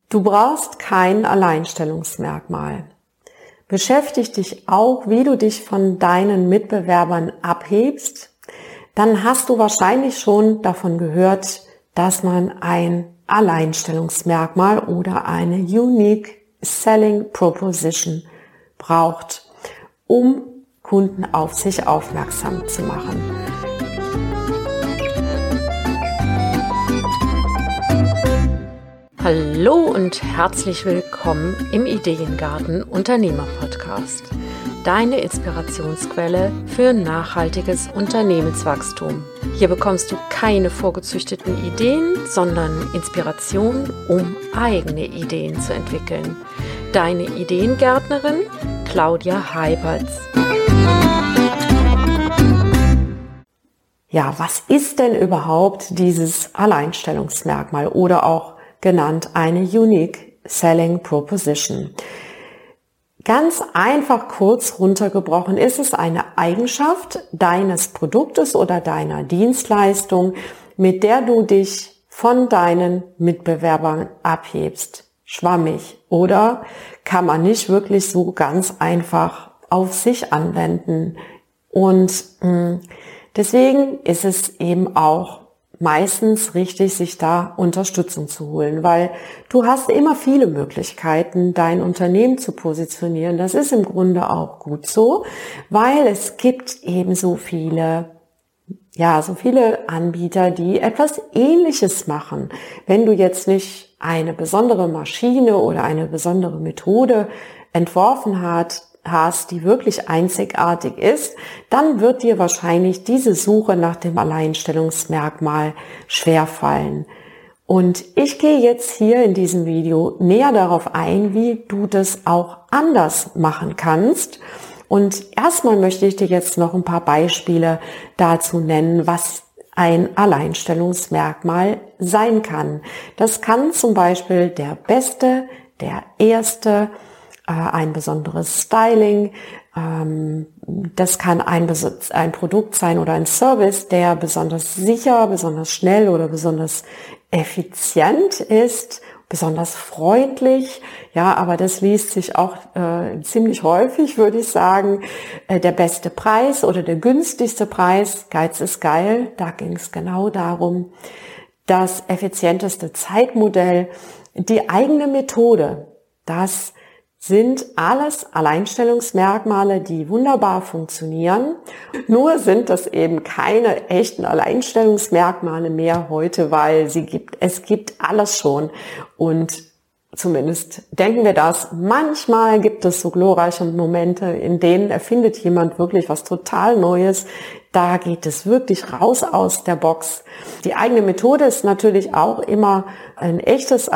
Du brauchst kein Alleinstellungsmerkmal. Beschäftige dich auch, wie du dich von deinen Mitbewerbern abhebst. Dann hast du wahrscheinlich schon davon gehört, dass man ein Alleinstellungsmerkmal oder eine Unique Selling Proposition braucht, um Kunden auf sich aufmerksam zu machen. Hallo und herzlich willkommen im Ideengarten Unternehmer-Podcast. Deine Inspirationsquelle für nachhaltiges Unternehmenswachstum. Hier bekommst du keine vorgezüchteten Ideen, sondern Inspiration, um eigene Ideen zu entwickeln. Deine Ideengärtnerin Claudia Heiberts. Ja, was ist denn überhaupt dieses Alleinstellungsmerkmal oder auch genannt eine Unique Selling Proposition? Ganz einfach kurz runtergebrochen ist es eine Eigenschaft deines Produktes oder deiner Dienstleistung, mit der du dich von deinen Mitbewerbern abhebst. Schwammig oder kann man nicht wirklich so ganz einfach auf sich anwenden. Und deswegen ist es eben auch meistens richtig, sich da Unterstützung zu holen, weil du hast immer viele Möglichkeiten, dein Unternehmen zu positionieren. Das ist im Grunde auch gut so, weil es gibt eben so viele Anbieter, die etwas Ähnliches machen. Wenn du jetzt nicht eine besondere Maschine oder eine besondere Methode entworfen hast, die wirklich einzigartig ist, dann wird dir wahrscheinlich diese Suche nach dem Alleinstellungsmerkmal schwerfallen. Und ich gehe jetzt hier in diesem Video näher darauf ein, wie du das auch anders machen kannst. Und erstmal möchte ich dir jetzt noch ein paar Beispiele dazu nennen, was ein Alleinstellungsmerkmal sein kann. Das kann zum Beispiel der Beste, der Erste, ein besonderes Styling, das kann ein Produkt sein oder ein Service, der besonders sicher, besonders schnell oder besonders effizient ist, besonders freundlich. Ja, aber das liest sich auch ziemlich häufig, würde ich sagen. Der beste Preis oder der günstigste Preis, Geiz ist geil, da ging es genau darum. Das effizienteste Zeitmodell, die eigene Methode, das sind alles Alleinstellungsmerkmale, die wunderbar funktionieren. Nur sind das eben keine echten Alleinstellungsmerkmale mehr heute, weil es gibt alles schon. Und zumindest denken wir das. Manchmal gibt es so glorreiche Momente, in denen erfindet jemand wirklich was total Neues. Da geht es wirklich raus aus der Box. Die eigene Methode ist natürlich auch immer ein echtes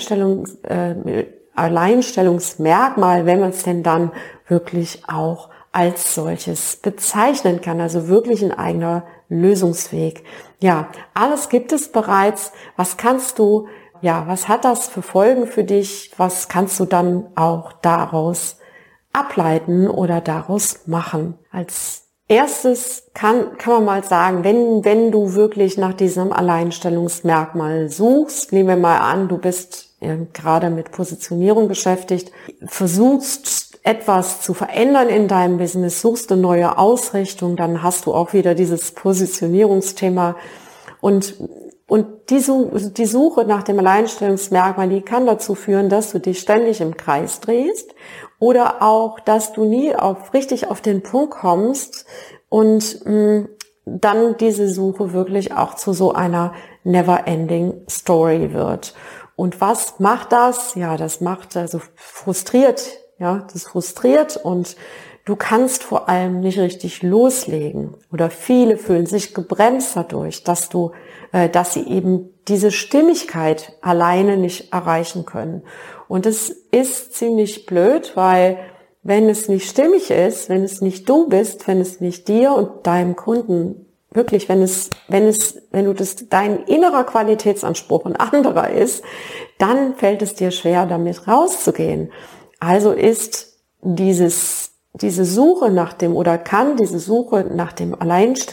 Alleinstellungsmerkmal, wenn man es denn dann wirklich auch als solches bezeichnen kann, also wirklich ein eigener Lösungsweg. Ja, alles gibt es bereits. Was hat das für Folgen für dich? Was kannst du dann auch daraus ableiten oder daraus machen? Als erstes kann man mal sagen, wenn du wirklich nach diesem Alleinstellungsmerkmal suchst, nehmen wir mal an, du bist gerade mit Positionierung beschäftigt, versuchst etwas zu verändern in deinem Business, suchst eine neue Ausrichtung, dann hast du auch wieder dieses Positionierungsthema und die Suche nach dem Alleinstellungsmerkmal, die kann dazu führen, dass du dich ständig im Kreis drehst oder auch, dass du nie richtig auf den Punkt kommst und dann diese Suche wirklich auch zu so einer never-ending Story wird. Und was macht das? Ja, das macht frustriert. Ja, das frustriert und du kannst vor allem nicht richtig loslegen. Oder viele fühlen sich gebremst dadurch, dass sie eben diese Stimmigkeit alleine nicht erreichen können. Und es ist ziemlich blöd, weil wenn es nicht stimmig ist, wenn es nicht du bist, wenn es nicht dir und deinem Kunden wirklich, wenn du dein innerer Qualitätsanspruch ein anderer ist, dann fällt es dir schwer, damit rauszugehen. Also ist diese Suche nach dem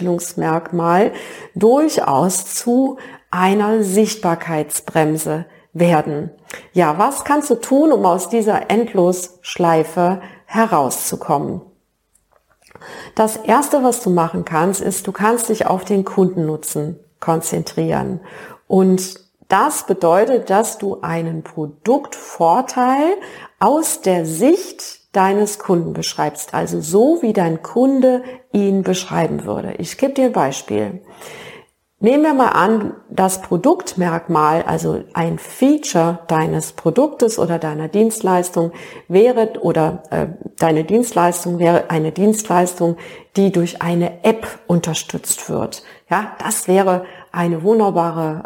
Alleinstellungsmerkmal durchaus zu einer Sichtbarkeitsbremse werden. Ja, was kannst du tun, um aus dieser Endlosschleife herauszukommen? Das Erste, was du machen kannst, ist, du kannst dich auf den Kundennutzen konzentrieren. Und das bedeutet, dass du einen Produktvorteil aus der Sicht deines Kunden beschreibst, also so, wie dein Kunde ihn beschreiben würde. Ich gebe dir ein Beispiel. Nehmen wir mal an, das Produktmerkmal, also ein Feature deines Produktes oder deiner Dienstleistung wäre, deine Dienstleistung wäre eine Dienstleistung, die durch eine App unterstützt wird. Ja, das wäre eine wunderbare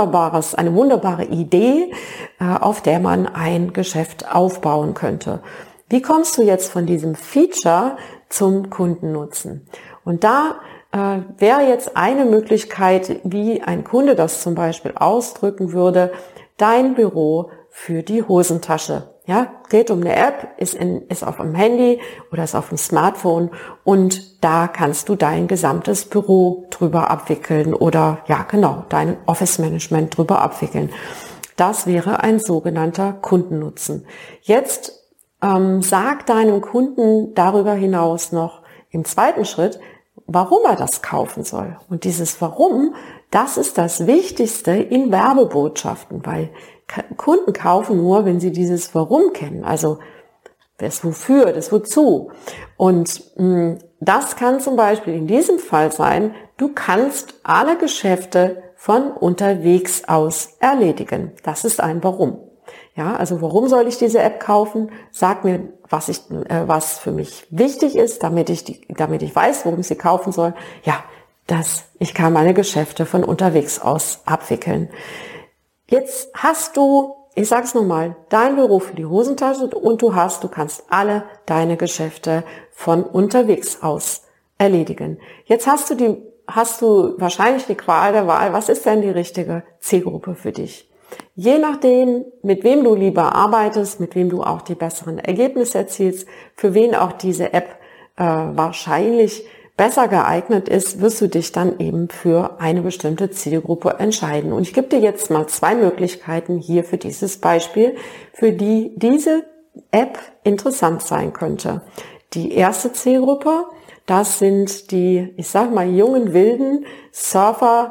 Idee, auf der man ein Geschäft aufbauen könnte. Wie kommst du jetzt von diesem Feature zum Kundennutzen? Und da wäre jetzt eine Möglichkeit, wie ein Kunde das zum Beispiel ausdrücken würde, dein Büro für die Hosentasche. Ja, geht um eine App, ist auf dem Handy oder ist auf dem Smartphone und da kannst du dein gesamtes Büro drüber abwickeln oder ja genau, dein Office Management drüber abwickeln. Das wäre ein sogenannter Kundennutzen. Jetzt sag deinem Kunden darüber hinaus noch im zweiten Schritt, warum er das kaufen soll. Und dieses Warum, das ist das Wichtigste in Werbebotschaften, weil Kunden kaufen nur, wenn sie dieses Warum kennen, also das Wofür, das Wozu. Und das kann zum Beispiel in diesem Fall sein, du kannst alle Geschäfte von unterwegs aus erledigen. Das ist ein Warum. Ja, also warum soll ich diese App kaufen? Sag mir, was für mich wichtig ist, damit ich weiß, warum ich sie kaufen soll. Ja, ich kann meine Geschäfte von unterwegs aus abwickeln. Jetzt hast du, ich sag's nochmal, dein Büro für die Hosentasche und du kannst alle deine Geschäfte von unterwegs aus erledigen. Jetzt hast du wahrscheinlich die Qual der Wahl. Was ist denn die richtige Zielgruppe für dich? Je nachdem, mit wem du lieber arbeitest, mit wem du auch die besseren Ergebnisse erzielst, für wen auch diese App wahrscheinlich besser geeignet ist, wirst du dich dann eben für eine bestimmte Zielgruppe entscheiden. Und ich gebe dir jetzt mal 2 Möglichkeiten hier für dieses Beispiel, für die diese App interessant sein könnte. Die erste Zielgruppe, das sind die, ich sag mal, jungen, wilden Surfer,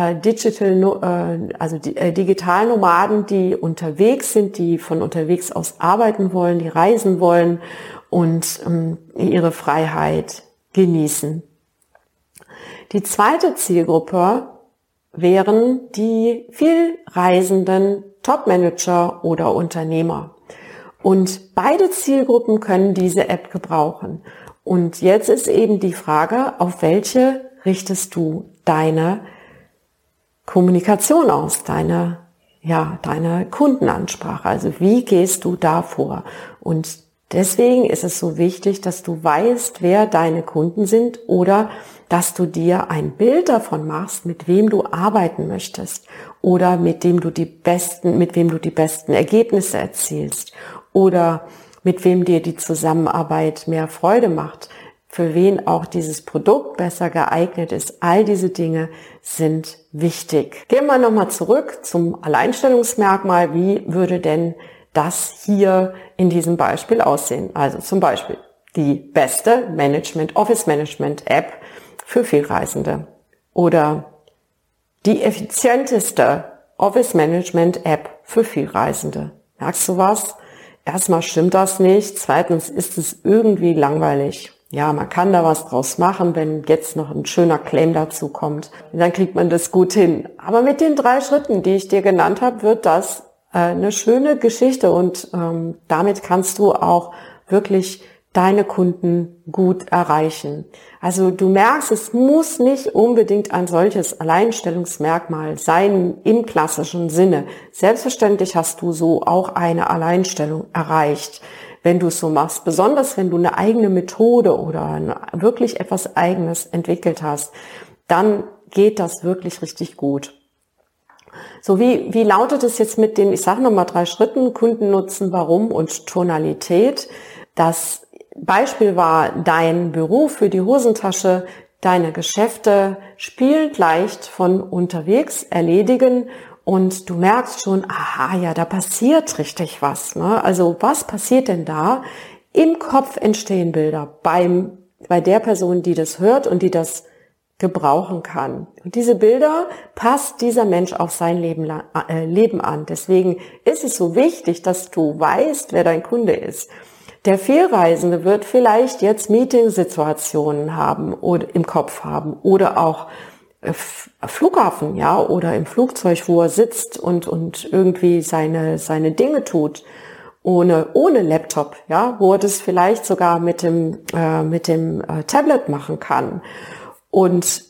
Digitalnomaden, die unterwegs sind, die von unterwegs aus arbeiten wollen, die reisen wollen und ihre Freiheit genießen. Die zweite Zielgruppe wären die viel reisenden Topmanager oder Unternehmer. Und beide Zielgruppen können diese App gebrauchen. Und jetzt ist eben die Frage, auf welche richtest du deine Kommunikation aus, deine Kundenansprache. Also wie gehst du da vor? Und deswegen ist es so wichtig, dass du weißt, wer deine Kunden sind oder dass du dir ein Bild davon machst, mit wem du arbeiten möchtest oder mit wem du die besten Ergebnisse erzielst oder mit wem dir die Zusammenarbeit mehr Freude macht, für wen auch dieses Produkt besser geeignet ist. All diese Dinge sind wichtig. Gehen wir nochmal zurück zum Alleinstellungsmerkmal. Wie würde denn das hier in diesem Beispiel aussehen? Also zum Beispiel die beste Office Management App für Vielreisende oder die effizienteste Office Management App für Vielreisende. Merkst du was? Erstmal stimmt das nicht. Zweitens ist es irgendwie langweilig. Ja, man kann da was draus machen, wenn jetzt noch ein schöner Claim dazu kommt. Dann kriegt man das gut hin. Aber mit den 3 Schritten, die ich dir genannt habe, wird das eine schöne Geschichte und damit kannst du auch wirklich deine Kunden gut erreichen. Also du merkst, es muss nicht unbedingt ein solches Alleinstellungsmerkmal sein im klassischen Sinne. Selbstverständlich hast du so auch eine Alleinstellung erreicht, wenn du es so machst. Besonders wenn du eine eigene Methode oder wirklich etwas Eigenes entwickelt hast, dann geht das wirklich richtig gut. So, wie lautet es jetzt mit den, ich sage nochmal 3 Schritten, Kundennutzen, Warum und Tonalität? Das Beispiel war dein Büro für die Hosentasche, deine Geschäfte spielend leicht von unterwegs erledigen und du merkst schon, aha, ja, da passiert richtig was, ne? Also was passiert denn da? Im Kopf entstehen Bilder bei der Person, die das hört und die das gebrauchen kann. Und diese Bilder passt dieser Mensch auf sein Leben an. Deswegen ist es so wichtig, dass du weißt, wer dein Kunde ist. Der Fehlreisende wird vielleicht jetzt Meetingsituationen haben oder im Kopf haben oder auch Flughafen, ja, oder im Flugzeug, wo er sitzt und irgendwie seine Dinge tut, ohne Laptop, ja, wo er das vielleicht sogar mit dem Tablet machen kann. Und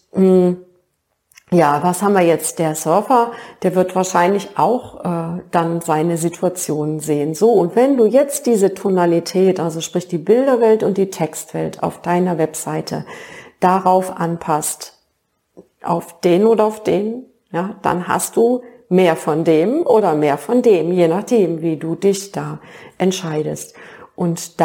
ja, was haben wir jetzt? Der Surfer, der wird wahrscheinlich auch dann seine Situationen sehen. So, und wenn du jetzt diese Tonalität, also sprich die Bilderwelt und die Textwelt auf deiner Webseite darauf anpasst, auf den oder auf den, ja, dann hast du mehr von dem oder mehr von dem, je nachdem, wie du dich da entscheidest. Und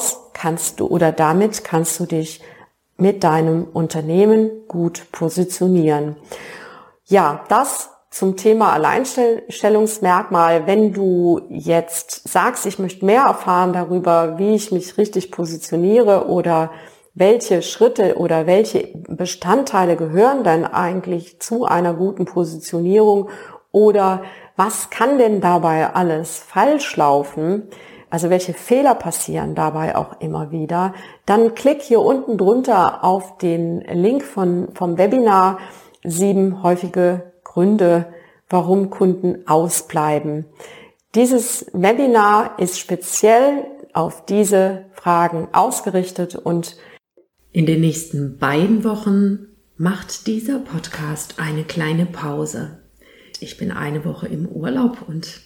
damit kannst du dich mit deinem Unternehmen gut positionieren. Ja, das zum Thema Alleinstellungsmerkmal. Wenn du jetzt sagst, ich möchte mehr erfahren darüber, wie ich mich richtig positioniere oder welche Schritte oder welche Bestandteile gehören dann eigentlich zu einer guten Positionierung oder was kann denn dabei alles falsch laufen? Also welche Fehler passieren dabei auch immer wieder? Dann klick hier unten drunter auf den Link vom Webinar 7 häufige Gründe, warum Kunden ausbleiben. Dieses Webinar ist speziell auf diese Fragen ausgerichtet und in den nächsten beiden Wochen macht dieser Podcast eine kleine Pause. Ich bin eine Woche im Urlaub und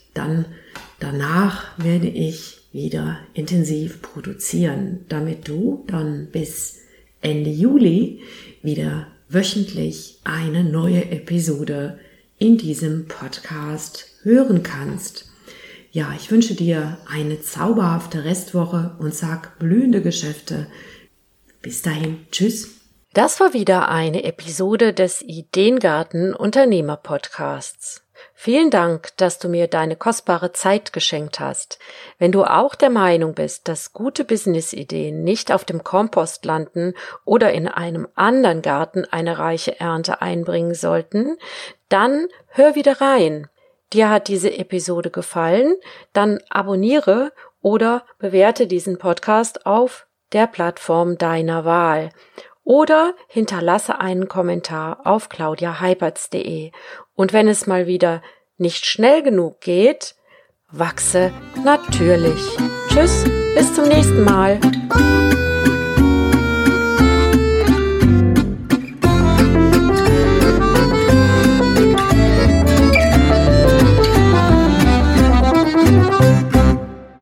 danach werde ich wieder intensiv produzieren, damit du dann bis Ende Juli wieder wöchentlich eine neue Episode in diesem Podcast hören kannst. Ja, ich wünsche dir eine zauberhafte Restwoche und sag blühende Geschäfte. Bis dahin, tschüss. Das war wieder eine Episode des Ideengarten Unternehmer Podcasts. Vielen Dank, dass du mir deine kostbare Zeit geschenkt hast. Wenn du auch der Meinung bist, dass gute Business-Ideen nicht auf dem Kompost landen oder in einem anderen Garten eine reiche Ernte einbringen sollten, dann hör wieder rein. Dir hat diese Episode gefallen? Dann abonniere oder bewerte diesen Podcast auf der Plattform deiner Wahl oder hinterlasse einen Kommentar auf claudiaheipertz.de. Und wenn es mal wieder nicht schnell genug geht, wachse natürlich. Tschüss, bis zum nächsten Mal.